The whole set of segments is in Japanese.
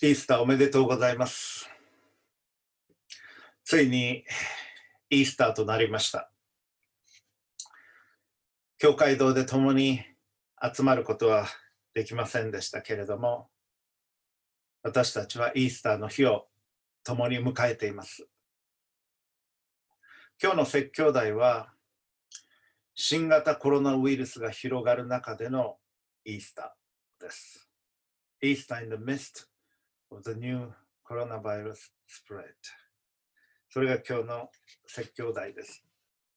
イースターおめでとうございます。ついにイースターとなりました。教会堂で共に集まることはできませんでしたけれども、私たちはイースターの日を共に迎えています。今日の説教題は、新型コロナウイルスが広がる中でのイースターです。Easter in the midst of the new coronavirus spread。それが今日の説教題です。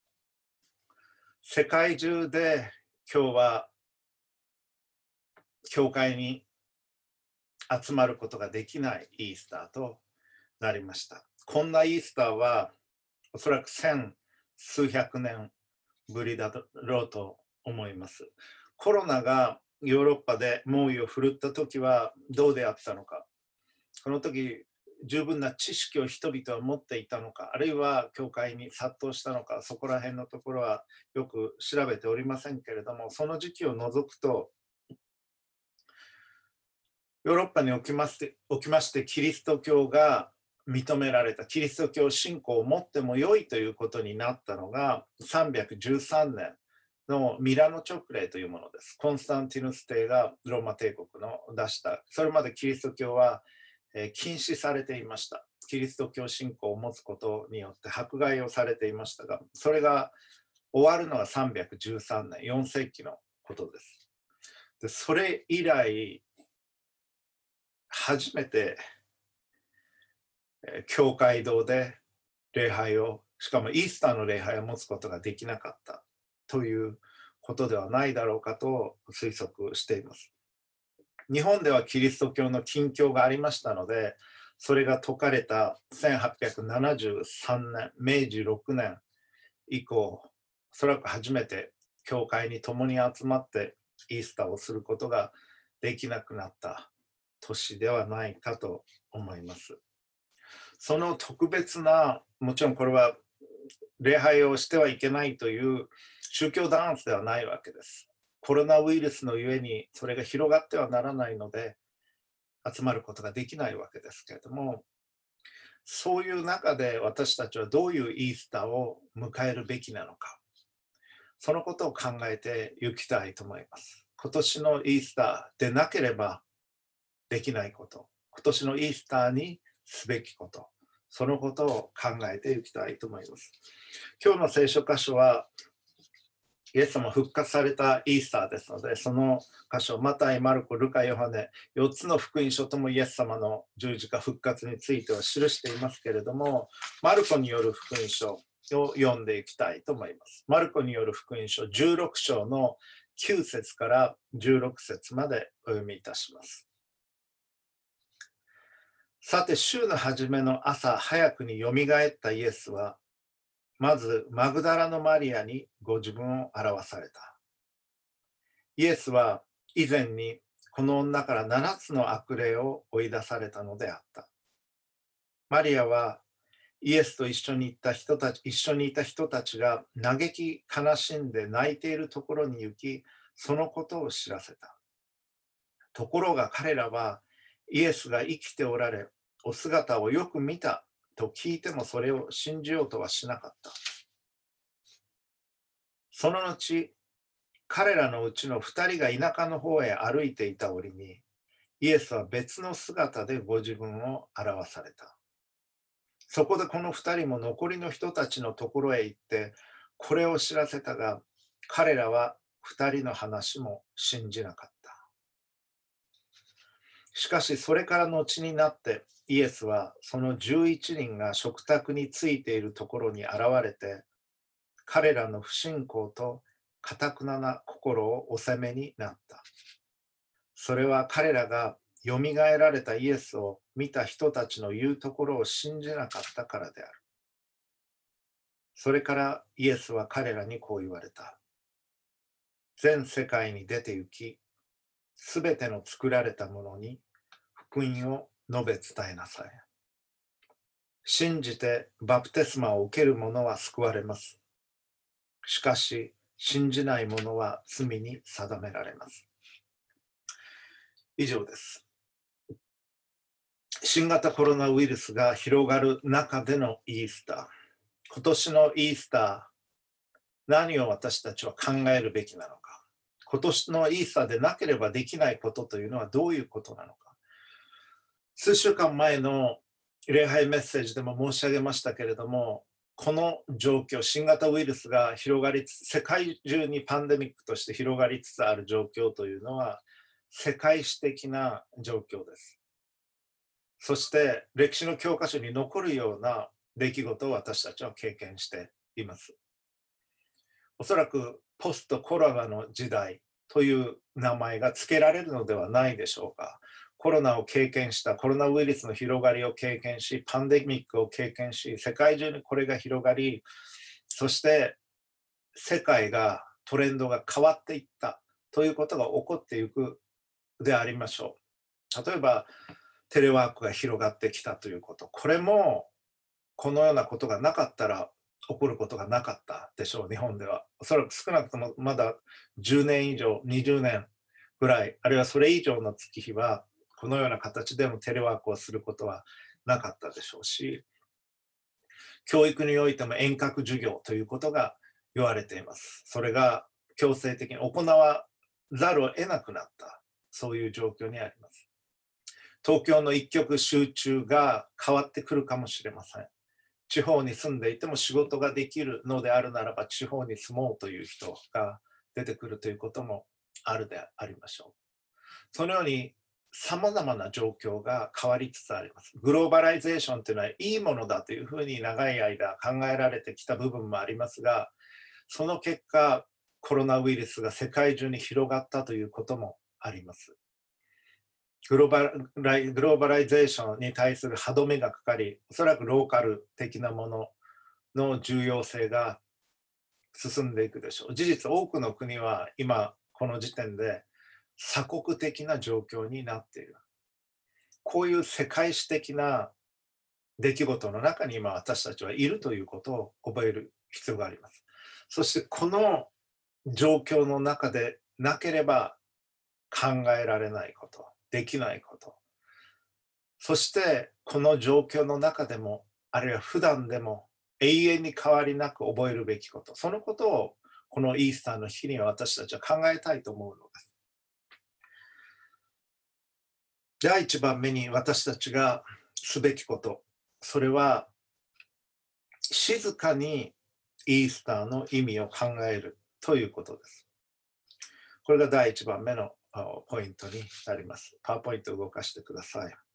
世界中で今日は教会に集まることができないイースターとなりました。こんなイースターはおそらく千数百年ぶりだろうと思います。コロナがヨーロッパで猛威を振るった時はどうであったのか。この時十分な知識を人々は持っていたのか、あるいは教会に殺到したのか、そこら辺のところはよく調べておりませんけれども、その時期を除くとヨーロッパにおきましてキリスト教が認められた、キリスト教信仰を持っても良いということになったのが313年のミラノ直令というものです。コンスタンティヌス帝がローマ帝国の出した、それまでキリスト教は禁止されていました。キリスト教信仰を持つことによって迫害をされていましたが、それが終わるのが313年、4世紀のことです。でそれ以来、初めて教会堂で礼拝を、しかもイースターの礼拝を持つことができなかったということではないだろうかと推測しています。日本ではキリスト教の禁教がありましたので、それが解かれた1873年、明治6年以降、おそらく初めて教会に共に集まってイースターをすることができなくなった年ではないかと思います。その特別な、もちろんこれは礼拝をしてはいけないという宗教弾圧ではないわけです。コロナウイルスのゆえにそれが広がってはならないので集まることができないわけですけれども、そういう中で私たちはどういうイースターを迎えるべきなのか、そのことを考えていきたいと思います。今年のイースターでなければできないこと、今年のイースターにすべきこと、そのことを考えていきたいと思います。今日の聖書箇所は、イエス様復活されたイースターですので、その箇所、マタイ、マルコ、ルカ、ヨハネ、4つの福音書ともイエス様の十字架復活については記していますけれども、マルコによる福音書を読んでいきたいと思います。マルコによる福音書16章の9節から16節までお読みいたします。さて、週の初めの朝早くによみがえったイエスは、まずマグダラのマリアにご自分を表された。イエスは以前にこの女から7つの悪霊を追い出されたのであった。マリアはイエスと一緒にいた人たちが嘆き悲しんで泣いているところに行き、そのことを知らせた。ところが彼らはイエスが生きておられ、お姿をよく見たと聞いてもそれを信じようとはしなかった。その後、彼らのうちの2人が田舎の方へ歩いていた折に、イエスは別の姿でご自分を表された。そこでこの2人も残りの人たちのところへ行って、これを知らせたが、彼らは2人の話も信じなかった。しかしそれから後になってイエスはその11人が食卓についているところに現れて、彼らの不信仰と堅くなな心をお責めになった。それは彼らがよみがえられたイエスを見た人たちの言うところを信じなかったからである。それからイエスは彼らにこう言われた。全世界に出て行き、すべての作られたものに福音を述べ伝えなさい。信じてバプテスマを受ける者は救われます。しかし、信じない者は罪に定められます。以上です。 新型コロナウイルスが広がる中でのイースター。今年のイースター、何を私たちは考えるべきなのか。今年のイースターでなければできないことというのはどういうことなのか。数週間前の礼拝メッセージでも申し上げましたけれども、この状況、新型ウイルスが広がりつつ、世界中にパンデミックとして広がりつつある状況というのは、世界史的な状況です。そして歴史の教科書に残るような出来事を私たちは経験しています。おそらくポストコロナの時代という名前が付けられるのではないでしょうか。コロナを経験した、コロナウイルスの広がりを経験し、パンデミックを経験し、世界中にこれが広がり、そして世界が、トレンドが変わっていったということが起こっていくでありましょう。例えば、テレワークが広がってきたということ、これもこのようなことがなかったら起こることがなかったでしょう、日本では。おそらく少なくともまだ10年以上、20年ぐらい、あるいはそれ以上の月日は、このような形でのテレワークをすることはなかったでしょうし、教育においても遠隔授業ということが言われています。それが強制的に行わざるを得なくなった、そういう状況にあります。東京の一極集中が変わってくるかもしれません。地方に住んでいても仕事ができるのであるならば、地方に住もうという人が出てくるということもあるでありましょう。そのように様々な状況が変わりつつあります。グローバライゼーションというのはいいものだというふうに長い間考えられてきた部分もありますが、その結果、コロナウイルスが世界中に広がったということもあります。グローバライゼーションに対する歯止めがかかり、おそらくローカル的なものの重要性が進んでいくでしょう。事実、多くの国は今、この時点で鎖国的な状況になっている。こういう世界史的な出来事の中に今私たちはいるということを覚える必要があります。そしてこの状況の中でなければ考えられないこと、できないこと。そしてこの状況の中でも、あるいは普段でも永遠に変わりなく覚えるべきこと、そのことをこのイースターの日には私たちは考えたいと思うのです。第一番目に私たちがすべきこと、それは静かにイースターの意味を考えるということです。これが第一番目のポイントになります。パワーポイントを動かしてください。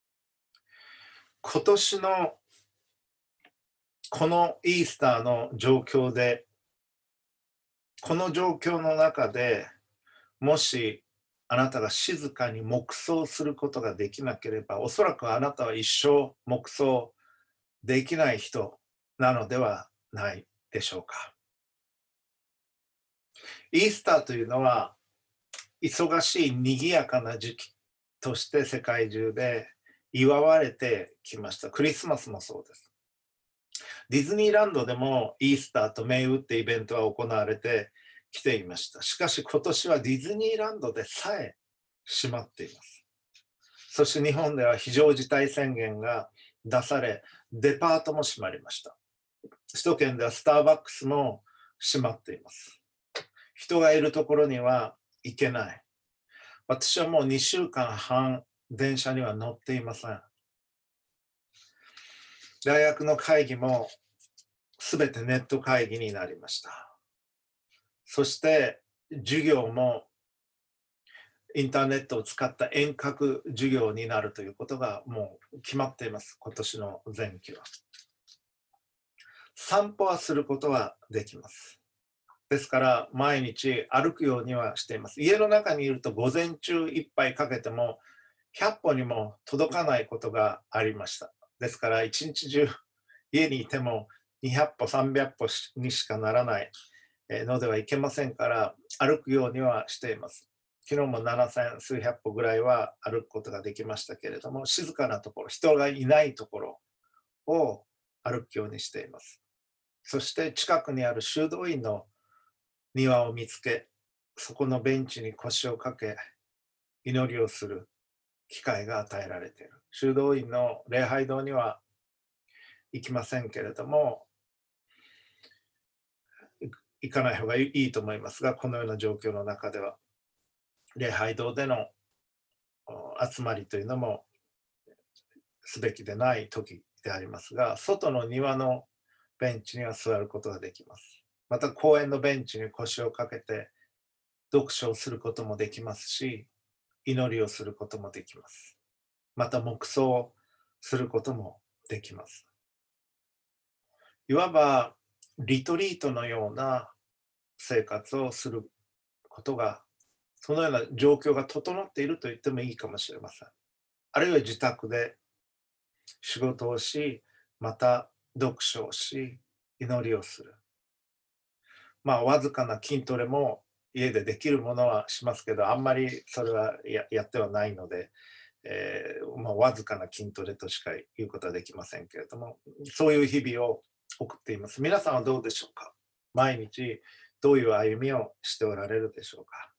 今年のこのイースターの状況で、この状況の中でもしあなたが静かに黙想することができなければ、おそらくあなたは一生黙想できない人なのではないでしょうか。イースターというのは忙しい賑やかな時期として世界中で祝われてきました。クリスマスもそうです。ディズニーランドでもイースターと銘打ってイベントは行われてきていました。しかし今年はディズニーランドでさえ閉まっています。そして日本では非常事態宣言が出され、デパートも閉まりました。首都圏ではスターバックスも閉まっています。人がいるところには行けない。私はもう2週間半電車には乗っていません。大学の会議もすべてネット会議になりました。そして授業もインターネットを使った遠隔授業になるということがもう決まっています。今年の前期は。散歩はすることはできます。ですから毎日歩くようにはしています。家の中にいると午前中いっぱいかけても100歩にも届かないことがありました。ですから一日中家にいても200歩、300歩にしかならないのではいけませんから歩くようにはしています。昨日も7000数百歩ぐらいは歩くことができましたけれども、静かなところ、人がいないところを歩くようにしています。そして近くにある修道院の庭を見つけ、そこのベンチに腰をかけ、祈りをする機会が与えられている。修道院の礼拝堂には行きませんけれども、行かない方がいいと思いますが、このような状況の中では、礼拝堂での集まりというのもすべきでない時でありますが、外の庭のベンチには座ることができます。また公園のベンチに腰をかけて読書をすることもできますし、祈りをすることもできます。また黙想をすることもできます。いわばリトリートのような生活をすることが、そのような状況が整っていると言ってもいいかもしれません。あるいは自宅で仕事をし、また読書をし、祈りをする。わずかな筋トレも家でできるものはしますけど、あんまりそれはやってはないので、わずかな筋トレとしか言うことはできませんけれども、そういう日々を送っています。皆さんはどうでしょうか？毎日どういう歩みをしておられるでしょうか？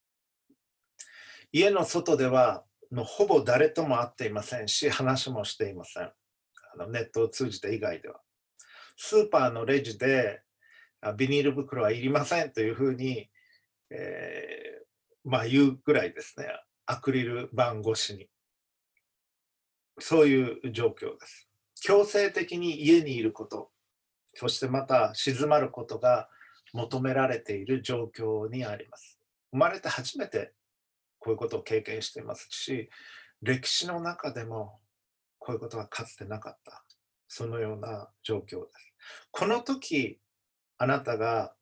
家の外ではほぼ誰とも会っていませんし、話もしていません。ネットを通じて以外では。スーパーのレジでビニール袋はいりませんというふうに、言うぐらいですね。アクリル板越しに。そういう状況です。強制的に家にいること、そしてまた静まることが求められている状況にあります。生まれて初めてこういうことを経験していますし、歴史の中でもこういうことはかつてなかった。そのような状況です。この時、あなたが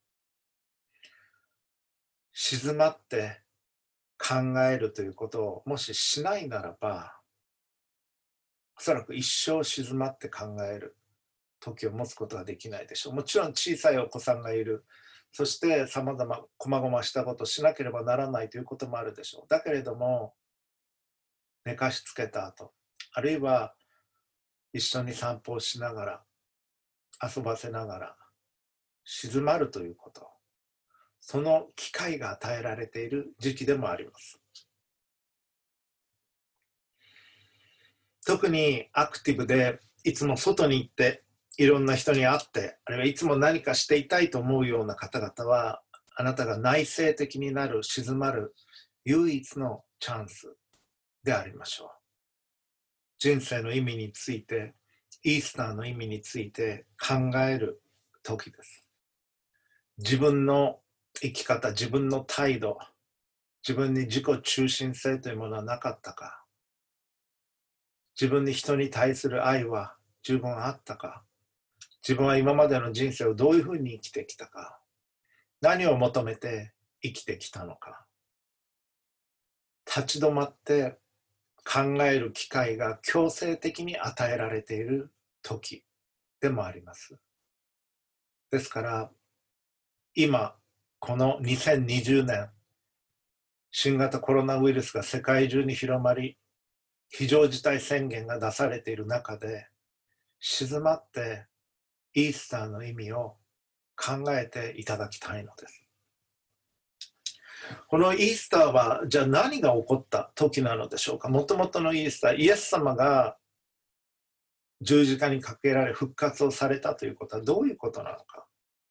静まって考えるということをもししないならば、おそらく一生静まって考える時を持つことはできないでしょう。もちろん小さいお子さんがいる。そして様々、細々したことをしなければならないということもあるでしょう。だけれども、寝かしつけた後、あるいは一緒に散歩をしながら、遊ばせながら、静まるということ。その機会が与えられている時期でもあります。特にアクティブで、いつも外に行って、いろんな人に会って、あるいはいつも何かしていたいと思うような方々は、あなたが内省的になる、静まる唯一のチャンスでありましょう。人生の意味について、イースターの意味について考える時です。自分の生き方、自分の態度、自分に自己中心性というものはなかったか、自分に人に対する愛は十分あったか、自分は今までの人生をどういうふうに生きてきたか、何を求めて生きてきたのか、立ち止まって考える機会が強制的に与えられている時でもあります。ですから、今、この2020年、新型コロナウイルスが世界中に広まり、非常事態宣言が出されている中で、静まってイースターの意味を考えていただきたいのです。このイースターは、じゃあ何が起こった時なのでしょうか。もともとのイースター、イエス様が十字架にかけられ復活をされたということはどういうことなのか。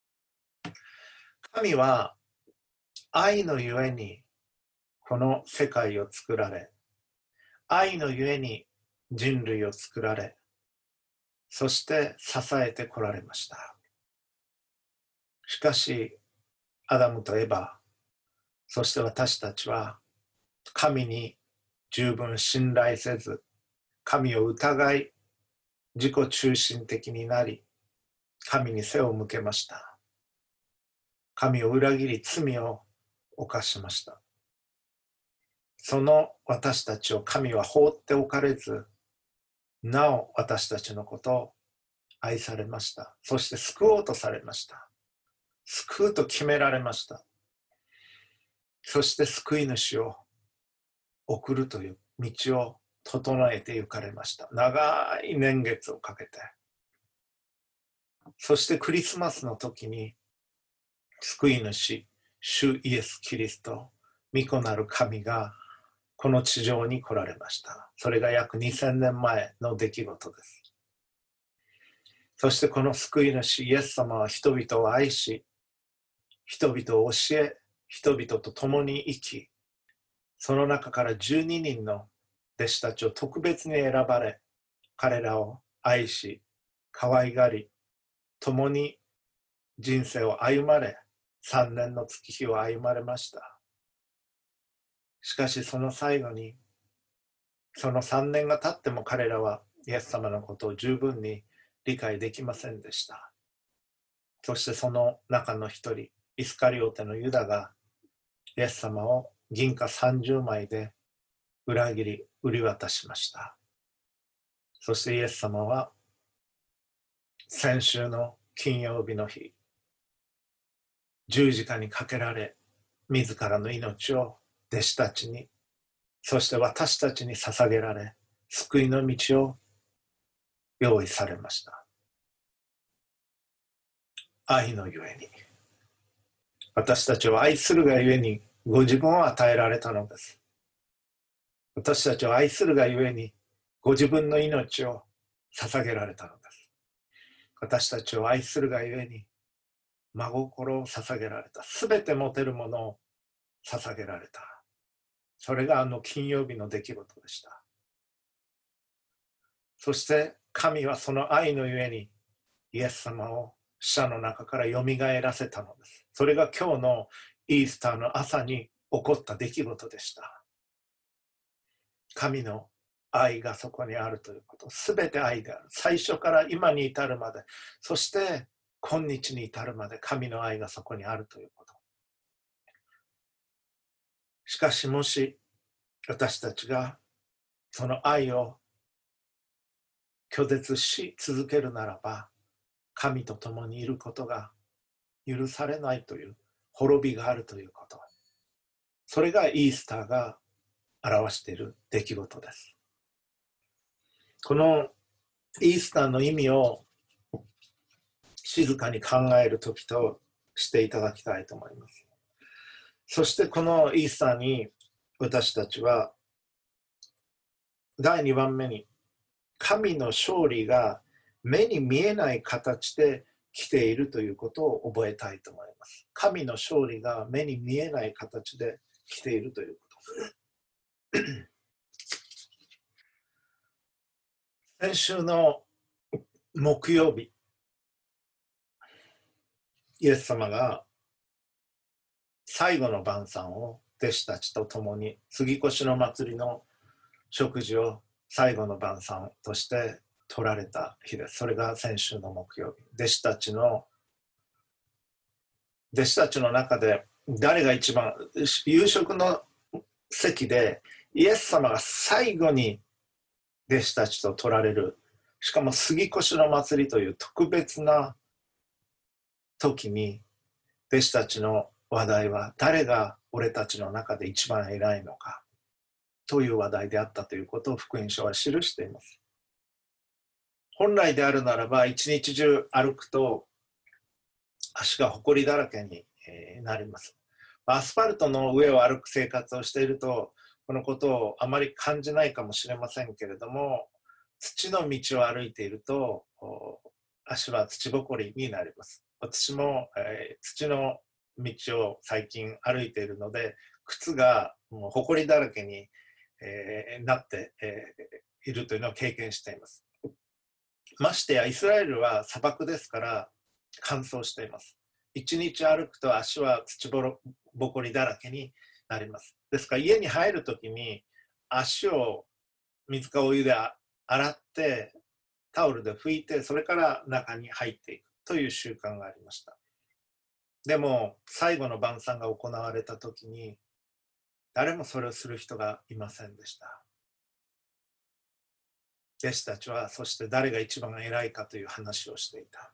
神は愛のゆえにこの世界を作られ、愛のゆえに人類を作られ、そして支えてこられました。しかし、アダムとエバ、そして私たちは神に十分信頼せず、神を疑い、自己中心的になり、神に背を向けました。神を裏切り罪を犯しました。その私たちを神は放っておかれず、なお私たちのことを愛されました。そして救おうとされました。救うと決められました。そして救い主を送るという道を整えて行かれました。長い年月をかけて。そしてクリスマスの時に救い主、主イエス・キリスト、御子なる神がこの地上に来られました。それが約2000年前の出来事です。そしてこの救い主イエス様は人々を愛し、人々を教え、人々と共に生き、その中から12人の弟子たちを特別に選ばれ、彼らを愛し、可愛がり、共に人生を歩まれ、3年の月日を歩まれました。しかしその最後に、その3年が経っても彼らはイエス様のことを十分に理解できませんでした。そしてその中の一人、イスカリオテのユダがイエス様を銀貨30枚で裏切り、売り渡しました。そしてイエス様は先週の金曜日の日、十字架にかけられ、自らの命を弟子たちに、そして私たちに捧げられ、救いの道を用意されました。愛のゆえに。私たちを愛するがゆえに、ご自分を与えられたのです。私たちを愛するがゆえに、ご自分の命を捧げられたのです。私たちを愛するがゆえに、真心を捧げられた。すべて持てるものを捧げられた。それがあの金曜日の出来事でした。そして神はその愛のゆえにイエス様を死者の中からよみがえらせたのです。それが今日のイースターの朝に起こった出来事でした。神の愛がそこにあるということ、すべて愛である。最初から今に至るまで、そして今日に至るまで神の愛がそこにあるということ。しかしもし私たちがその愛を拒絶し続けるならば、神と共にいることが許されないという滅びがあるということ。それがイースターが表している出来事です。このイースターの意味を静かに考える時としていただきたいと思います。そしてこのイースターに私たちは第2番目に神の勝利が目に見えない形で来ているということを覚えたいと思います。神の勝利が目に見えない形で来ているということ。先週の木曜日、イエス様が最後の晩餐を弟子たちと共に杉越の祭りの食事を最後の晩餐として取られた日です。それが先週の木曜日。弟子たちの中で誰が一番、夕食の席でイエス様が最後に弟子たちと取られる、しかも杉越の祭りという特別な時に弟子たちの話題は誰が俺たちの中で一番偉いのかという話題であったということを福音書は記しています。本来であるならば一日中歩くと足がほこりだらけになります。アスファルトの上を歩く生活をしているとこのことをあまり感じないかもしれませんけれども、土の道を歩いていると足は土ぼこりになります。私も、土の道を最近歩いているので靴がもうほこりだらけに、なって、いるというのを経験しています。ましてやイスラエルは砂漠ですから乾燥しています。一日歩くと足は土ぼこりだらけになります。ですから家に入るときに足を水かお湯で洗ってタオルで拭いてそれから中に入っていくという習慣がありました。でも最後の晩餐が行われたときに誰もそれをする人がいませんでした。弟子たちはそして誰が一番偉いかという話をしていた。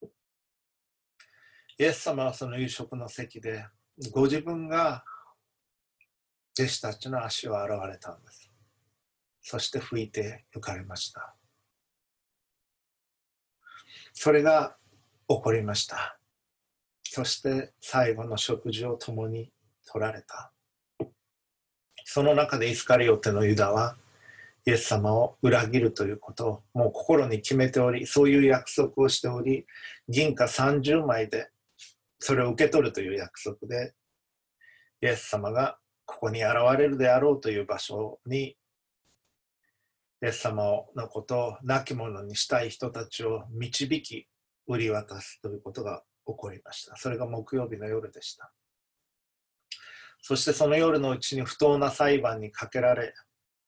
イエス様はその夕食の席でご自分が弟子たちの足を洗われたんです。そして拭いて行かれました。それが起こりました。そして最後の食事を共に取られた。 その中でイスカリオテのユダはイエス様を裏切るということをもう心に決めており、そういう約束をしており、銀貨30枚でそれを受け取るという約束で、イエス様がここに現れるであろうという場所に、イエス様のことを亡き者にしたい人たちを導き、売り渡すということが起こりました。それが木曜日の夜でした。そしてその夜のうちに不当な裁判にかけられ、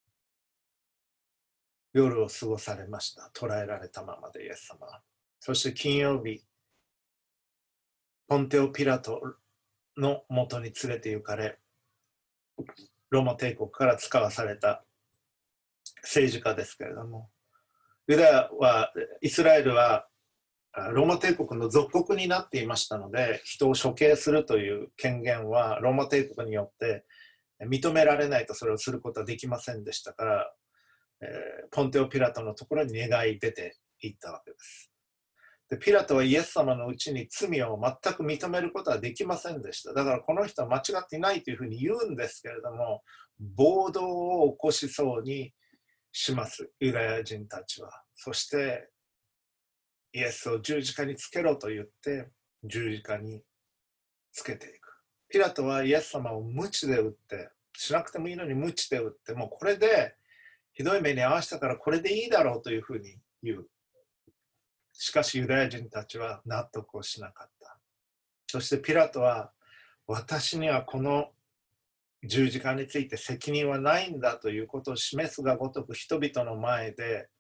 夜を過ごされました。捕らえられたままでイエス様は。そして金曜日、ポンテオ・ピラトのもとに連れて行かれ、ローマ帝国から使わされた政治家ですけれども、ユダヤは、イスラエルはローマ帝国の属国になっていましたので、人を処刑するという権限はローマ帝国によって認められないと、それをすることはできませんでしたから、ポンテオ・ピラトのところに願い出ていったわけです。でピラトはイエス様のうちに罪を全く認めることはできませんでした。だからこの人は間違っていないというふうに言うんですけれども、暴動を起こしそうにします、ユダヤ人たちは。そしてイエスを十字架につけろと言って十字架につけていく。ピラトはイエス様を鞭で打って、しなくてもいいのに鞭で打って、もうこれでひどい目に遭わせたからこれでいいだろうというふうに言う。しかしユダヤ人たちは納得をしなかった。そしてピラトは、私にはこの十字架について責任はないんだということを示すがごとく、人々の前で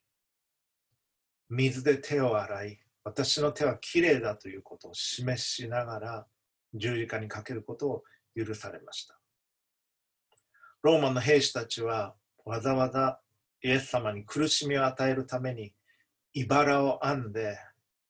水で手を洗い、私の手はきれいだということを示しながら十字架にかけることを許されました。ローマの兵士たちはわざわざイエス様に苦しみを与えるために茨を編んで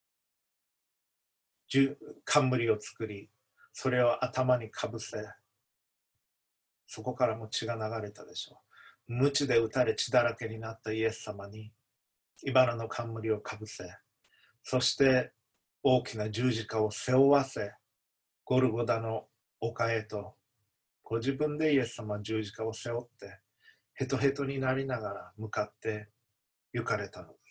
冠を作り、それを頭にかぶせ、そこからも血が流れたでしょう。鞭で打たれ血だらけになったイエス様に茨の冠をかぶせ、そして大きな十字架を背負わせ、ゴルゴダの丘へとご自分でイエス様は十字架を背負ってヘトヘトになりながら向かって行かれたのです。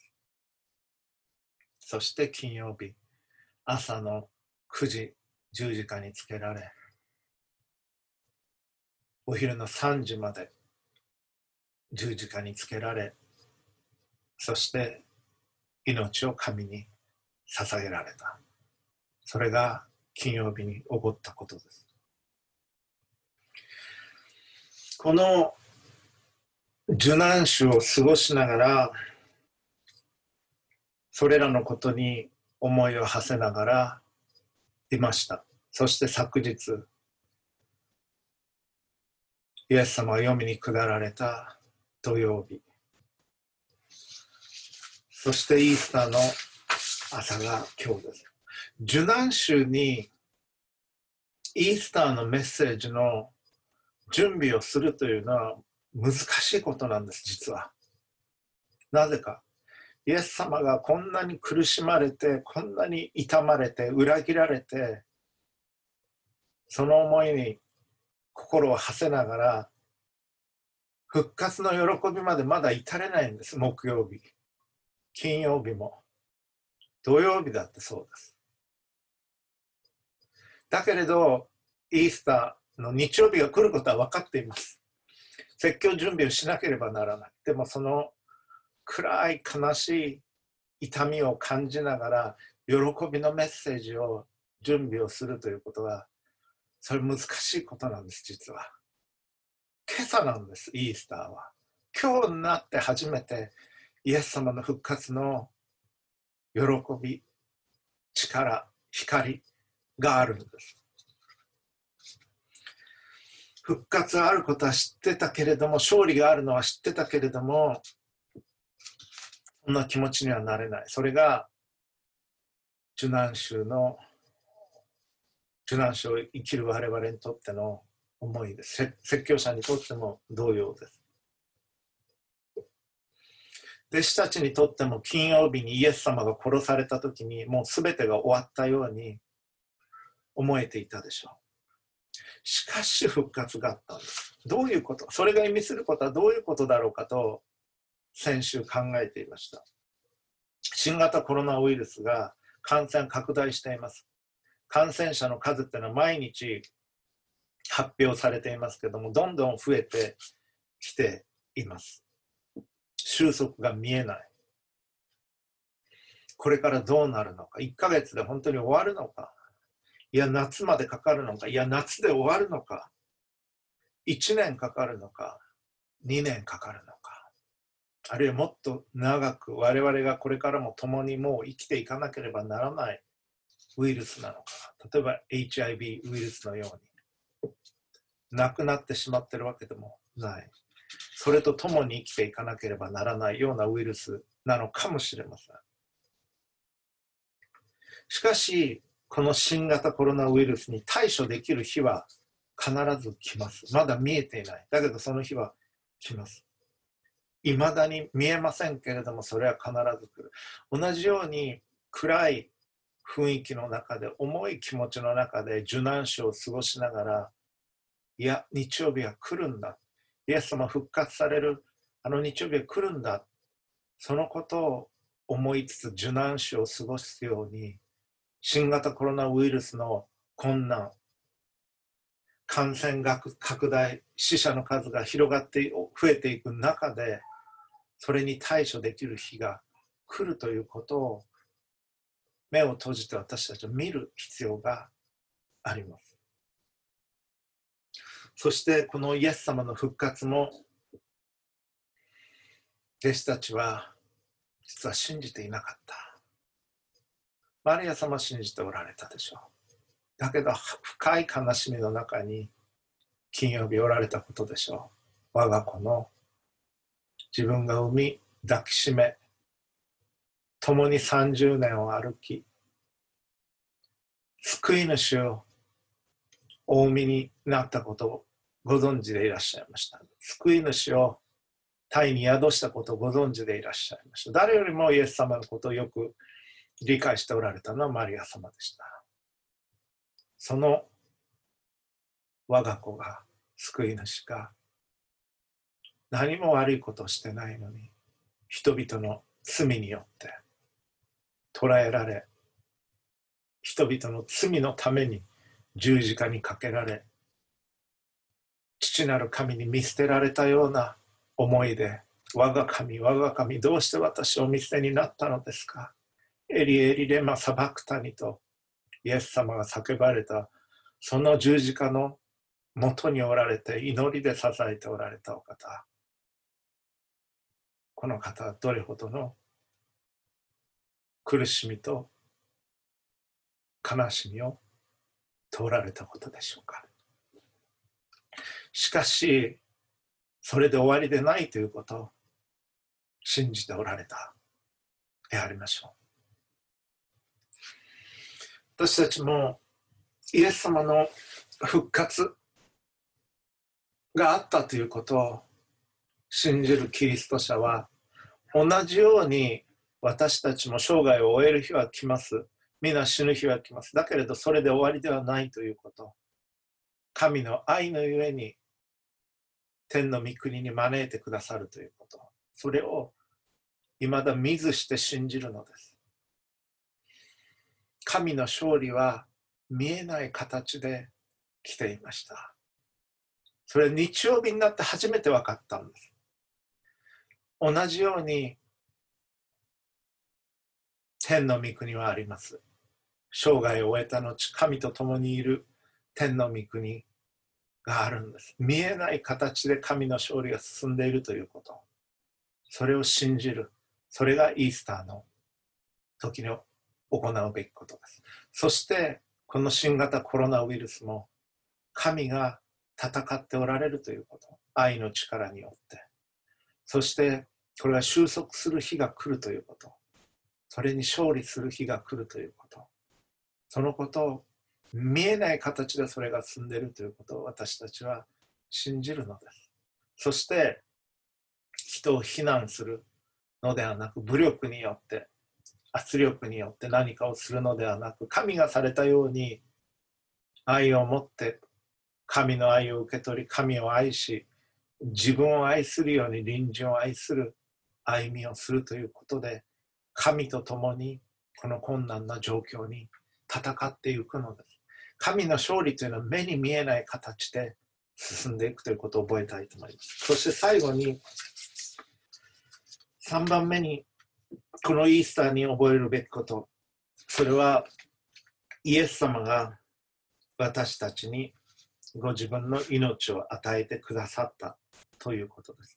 そして金曜日朝の9時十字架につけられ、お昼の3時まで十字架につけられ、そして命を神に捧げられた。それが金曜日に起こったことです。この受難週を過ごしながら、それらのことに思いを馳せながらいました。そして昨日、イエス様が読みに下られた土曜日、そしてイースターの朝が今日です。受難週にイースターのメッセージの準備をするというのは難しいことなんです、実は。なぜか。イエス様がこんなに苦しまれて、こんなに痛まれて、裏切られて、その思いに心を馳せながら、復活の喜びまでまだ至れないんです。木曜日、金曜日も、土曜日だってそうです。だけれど、イースターの日曜日が来ることは分かっています。説教準備をしなければならない。でもその暗い悲しい痛みを感じながら喜びのメッセージを準備をするということは、それ難しいことなんです。実は今朝なんです。イースターは今日になって初めてイエス様の復活の喜び、力、光があるんです。復活があることは知ってたけれども、勝利があるのは知ってたけれども、そんな気持ちにはなれない。それが受難週を生きる我々にとっての思いです。説教者にとっても同様です。弟子たちにとっても金曜日にイエス様が殺された時にもう全てが終わったように思えていたでしょう。 しかし復活があったんです。どういうこと、それが意味することはどういうことだろうかと先週考えていました。新型コロナウイルスが感染拡大しています。感染者の数っていうのは毎日発表されていますけども、どんどん増えてきています。収束が見えない。これからどうなるのか、1ヶ月で本当に終わるのか、いや夏までかかるのか、いや夏で終わるのか、1年かかるのか、2年かかるのか、あるいはもっと長く我々がこれからも共にもう生きていかなければならないウイルスなのか、例えば HIV ウイルスのようになくなってしまっているわけでもない、それと共に生きていかなければならないようなウイルスなのかもしれません。しかしこの新型コロナウイルスに対処できる日は必ず来ます。まだ見えていない。だけどその日は来ます。いまだに見えませんけれども、それは必ず来る。同じように暗い雰囲気の中で、重い気持ちの中で受難週を過ごしながら、いや日曜日は来るんだ、イエス様復活されるあの日曜日は来るんだ、そのことを思いつつ受難週を過ごすように、新型コロナウイルスの困難、感染拡大、死者の数が広がって増えていく中で、それに対処できる日が来るということを目を閉じて私たちは見る必要があります。そしてこのイエス様の復活も弟子たちは実は信じていなかった。マリア様は信じておられたでしょう。だけど深い悲しみの中に金曜日おられたことでしょう。我が子の自分が産み抱きしめ、共に30年を歩き、救い主をお産みになったことをご存知でいらっしゃいました。救い主を胎に宿したことをご存知でいらっしゃいました。誰よりもイエス様のことをよく理解しておられたのはマリア様でした。その我が子が、救い主が何も悪いことをしてないのに、人々の罪によって捕らえられ、人々の罪のために十字架にかけられ、父なる神に見捨てられたような思いで、我が神、我が神、どうして私を見捨てになったのですか。エリエリレマサバクタニとイエス様が叫ばれた、その十字架の元におられて祈りで支えておられたお方。この方はどれほどの苦しみと悲しみを通られたことでしょうか。しかしそれで終わりでないということを信じておられたでありましょう。私たちもイエス様の復活があったということを信じるキリスト者は、同じように私たちも生涯を終える日は来ます。皆死ぬ日は来ます。だけれどそれで終わりではないということ。神の愛のゆえに天の御国に招いてくださるということ。それを未だ見ずして信じるのです。神の勝利は見えない形で来ていました。それ日曜日になって初めて分かったんです。同じように天の御国はあります。生涯を終えた後、神と共にいる天の御国があるんです。見えない形で神の勝利が進んでいるということ。それを信じる。それがイースターの時に行うべきことです。そしてこの新型コロナウイルスも神が戦っておられるということ。愛の力によって。そしてこれが収束する日が来るということ。それに勝利する日が来るということ。そのことを見えない形でそれが進んでいるということを私たちは信じるのです。そして人を非難するのではなく、武力によって圧力によって何かをするのではなく、神がされたように愛を持って神の愛を受け取り、神を愛し、自分を愛するように隣人を愛する歩みをするということで、神と共にこの困難な状況に戦っていくのです。神の勝利というのは目に見えない形で進んでいくということを覚えたいと思います。そして最後に3番目にこのイースターに覚えるべきこと、それはイエス様が私たちにご自分の命を与えてくださったということです。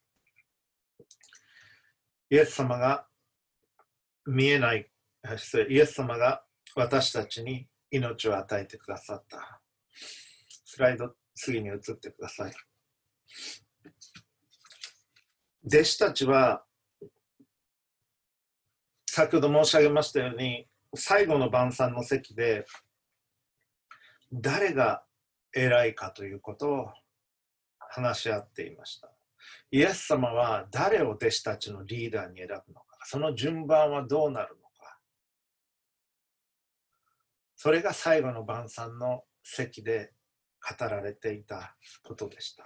イエス様が見えない、イエス様が私たちに命を与えてくださった。スライド次に移ってください。弟子たちは先ほど申し上げましたように、最後の晩餐の席で誰が偉いかということを話し合っていました。イエス様は誰を弟子たちのリーダーに選ぶのか、その順番はどうなるのか、それが最後の晩餐の席で語られていたことでした。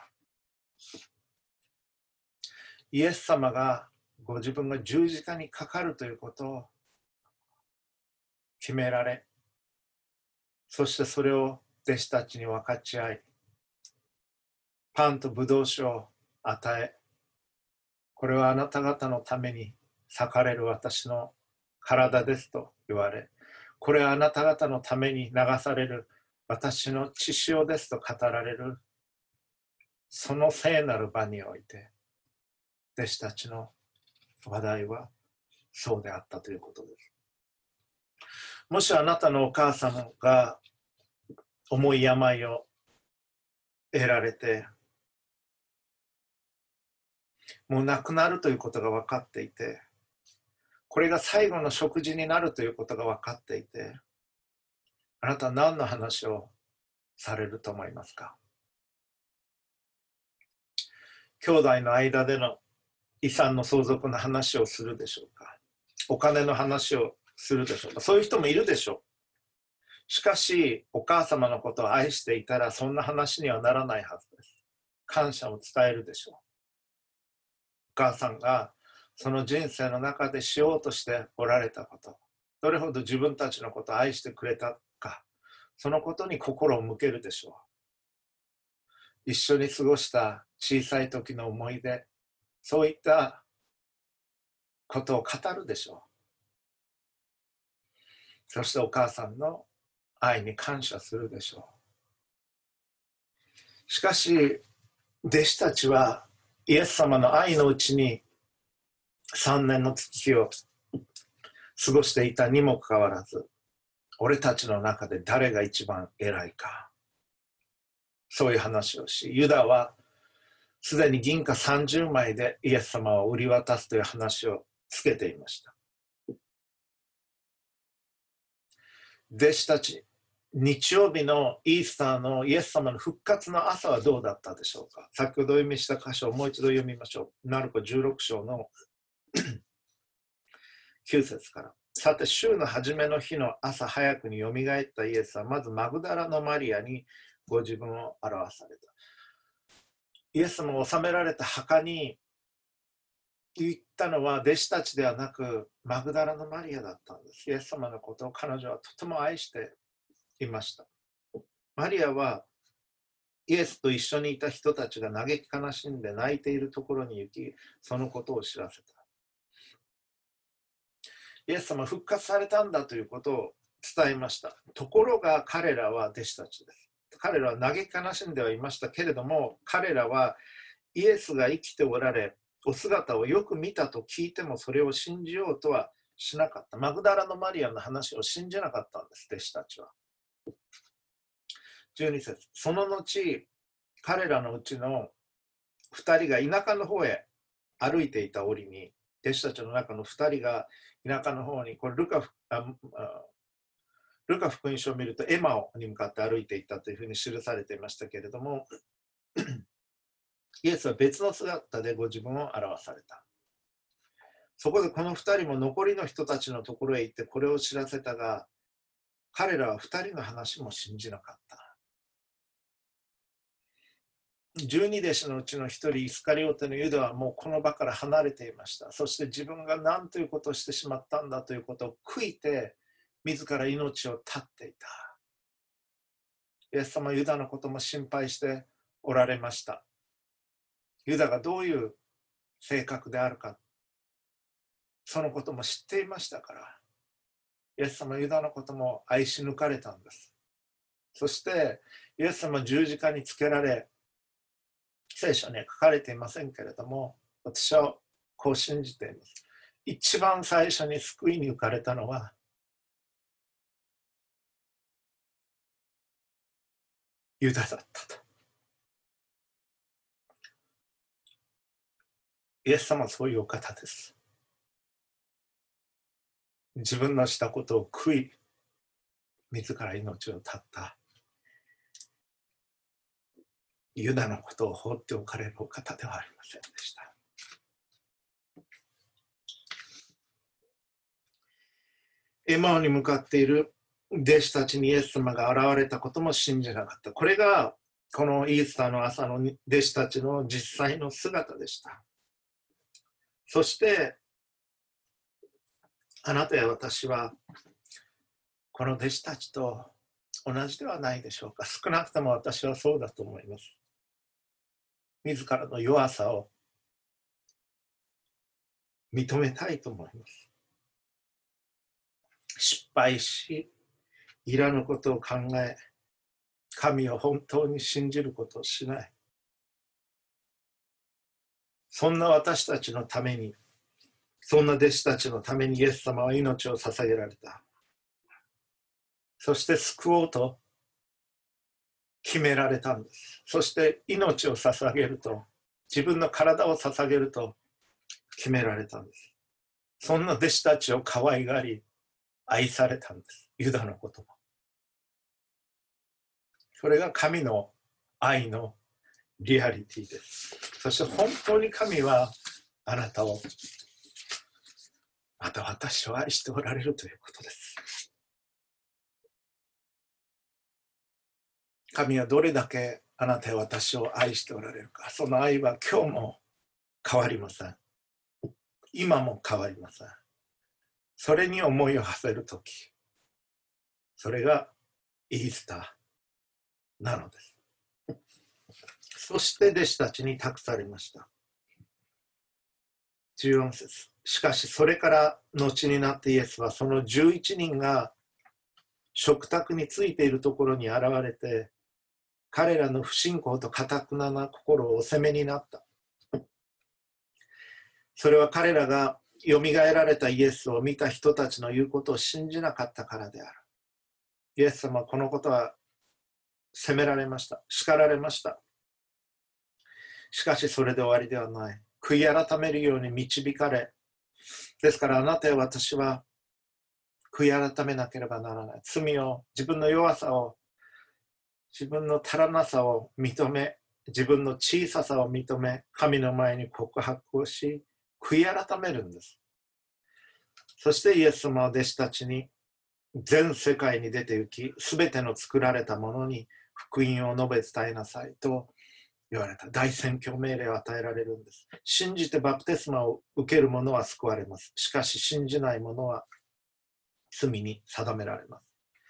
イエス様がご自分が十字架にかかるということを決められ、そしてそれを弟子たちに分かち合い、パンとブドウ酒を与え、これはあなた方のために裂かれる私の体ですと言われ、これはあなた方のために流される私の血潮ですと語られる、その聖なる場において、弟子たちの話題はそうであったということです。もしあなたのお母様が重い病を得られて、もう亡くなるということが分かっていて、これが最後の食事になるということが分かっていて、あなたは何の話をされると思いますか？兄弟の間での遺産の相続の話をするでしょうか？お金の話をするでしょうか？そういう人もいるでしょう。しかし、お母様のことを愛していたら、そんな話にはならないはずです。感謝を伝えるでしょう。お母さんがその人生の中でしようとしておられたこと、どれほど自分たちのことを愛してくれたか、そのことに心を向けるでしょう。一緒に過ごした小さい時の思い出、そういったことを語るでしょう。そしてお母さんの愛に感謝するでしょう。しかし、弟子たちはイエス様の愛のうちに3年の月を過ごしていたにもかかわらず、俺たちの中で誰が一番偉いか、そういう話をし、ユダはすでに銀貨30枚でイエス様を売り渡すという話をつけていました。弟子たち、日曜日のイースターのイエス様の復活の朝はどうだったでしょうか？先ほど読みした箇所をもう一度読みましょう。マルコ16章の9節から。さて、週の初めの日の朝早くによみがえったイエスは、まずマグダラのマリアにご自分を表された。イエス様を納められた墓に行ったのは弟子たちではなく、マグダラのマリアだったんです。イエス様のことを彼女はとても愛していました。マリアはイエスと一緒にいた人たちが嘆き悲しんで泣いているところに行き、そのことを知らせた。イエス様復活されたんだということを伝えました。ところが彼らは弟子たちです。彼らは嘆き悲しんではいましたけれども、彼らはイエスが生きておられ、お姿をよく見たと聞いてもそれを信じようとはしなかった。マグダラのマリアの話を信じなかったんです、弟子たちは。12節。その後、彼らのうちの2人が田舎の方へ歩いていた折に、弟子たちの中の2人が田舎の方に、これルカ福音書を見るとエマオに向かって歩いていったというふうに記されていましたけれども、イエスは別の姿でご自分を表された。そこでこの2人も残りの人たちのところへ行ってこれを知らせたが、彼らは2人の話も信じなかった。 12弟子のうちの一人、イスカリオテのユダはもうこの場から離れていました。そして自分が何ということをしてしまったんだということを悔いて、自ら命を絶っていた。イエス様はユダのことも心配しておられました。ユダがどういう性格であるか、そのことも知っていましたから、イエス様はユダのことも愛し抜かれたんです。そして、イエス様は十字架につけられ、聖書には書かれていませんけれども、私はこう信じています。一番最初に救いに浮かれたのは、ユダだったと。イエス様はそういうお方です。自分のしたことを悔い、自ら命を絶った。ユダのことを放っておかれるお方ではありませんでした。エマオに向かっている弟子たちにイエス様が現れたことも信じなかった。これがこのイースターの朝の弟子たちの実際の姿でした。そしてあなたや私はこの弟子たちと同じではないでしょうか。少なくとも私はそうだと思います。自らの弱さを認めたいと思います。失敗し、いらぬことを考え、神を本当に信じることをしない。そんな私たちのために、そんな弟子たちのためにイエス様は命を捧げられた。そして救おうと決められたんです。そして命を捧げると、自分の体を捧げると決められたんです。そんな弟子たちを可愛がり、愛されたんです。ユダのことも。それが神の愛のリアリティです。そして本当に神はあなたを、また私を愛しておられるということです。神はどれだけあなたや私を愛しておられるか、その愛は今日も変わりません。今も変わりません。それに思いを馳せるとき、それがイースターなのです。そして弟子たちに託されました。14節。しかしそれから後になってイエスはその11人が食卓についているところに現れて、彼らの不信仰と堅くなな心をお責めになった。それは彼らがよみがえられたイエスを見た人たちの言うことを信じなかったからである。イエス様はこのことは責められました。叱られました。しかしそれで終わりではない。悔い改めるように導かれ、ですからあなたや私は悔い改めなければならない。罪を、自分の弱さを、自分の足らなさを認め、自分の小ささを認め、神の前に告白をし、悔い改めるんです。そしてイエス様は弟子たちに全世界に出て行き、すべての作られたものに福音を述べ伝えなさいと言われた。大宣教命令を与えられるんです。信じてバプテスマを受ける者は救われます。しかし信じない者は罪に定められます。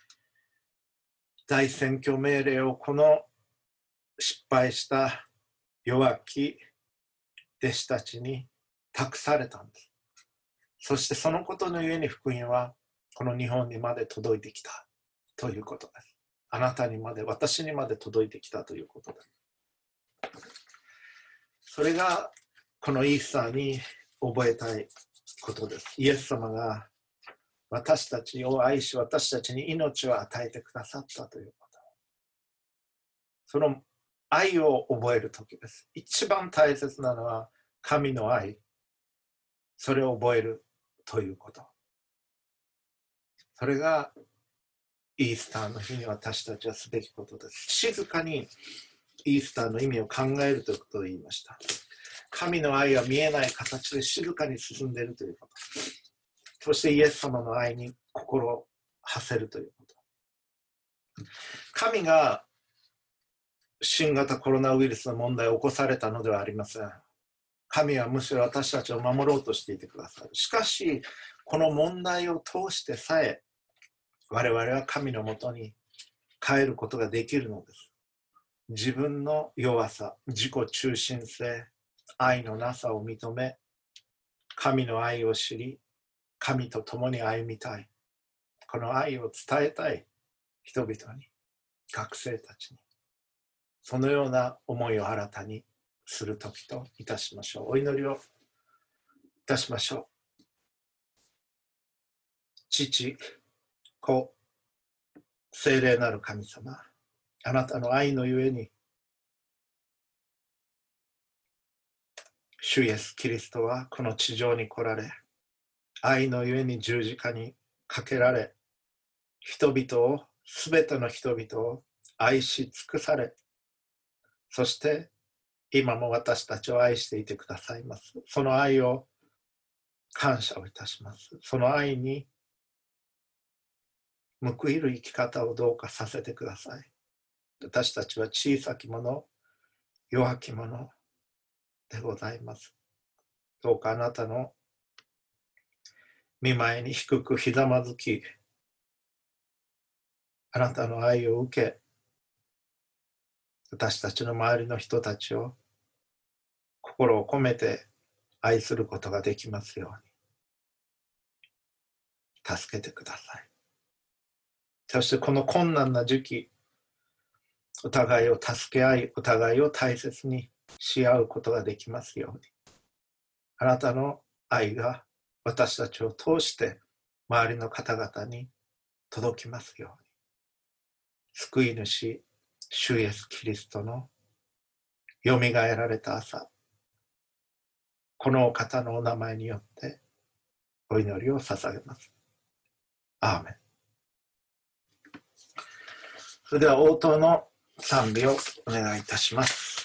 大宣教命令をこの失敗した弱き弟子たちに託されたんです。そしてそのことのゆえに福音はこの日本にまで届いてきたということです。あなたにまで、私にまで届いてきたということです。それがこのイースターに覚えたいことです。イエス様が私たちを愛し、私たちに命を与えてくださったということ。その愛を覚えるときです。一番大切なのは神の愛。それを覚えるということ。それがイースターの日に私たちはすべきことです。静かにイースターの意味を考えるということを言いました。神の愛は見えない形で静かに進んでいるということ。そしてイエス様の愛に心を馳せるということ。神が新型コロナウイルスの問題を起こされたのではありません。神はむしろ私たちを守ろうとしていてくださる。しかし、この問題を通してさえ、我々は神のもとに帰ることができるのです。自分の弱さ、自己中心性、愛のなさを認め、神の愛を知り、神と共に歩みたい。この愛を伝えたい人々に、学生たちに、そのような思いを新たにするときといたしましょう。お祈りをいたしましょう。父、子、聖霊なる神様、あなたの愛のゆえに、主イエス・キリストはこの地上に来られ、愛のゆえに十字架にかけられ、人々を、すべての人々を愛し尽くされ、そして今も私たちを愛していてくださいます。その愛を感謝をいたします。その愛に報いる生き方をどうかさせてください。私たちは小さきもの、弱きものでございます。どうかあなたの御前に低くひざまずき、あなたの愛を受け、私たちの周りの人たちを心を込めて愛することができますように助けてください。そしてこの困難な時期、お互いを助け合い、お互いを大切にし合うことができますように。あなたの愛が私たちを通して周りの方々に届きますように。救い主、主イエス・キリストのよみがえられた朝、このお方のお名前によってお祈りを捧げます。アーメン。それでは応答の賛美をお願いいたします。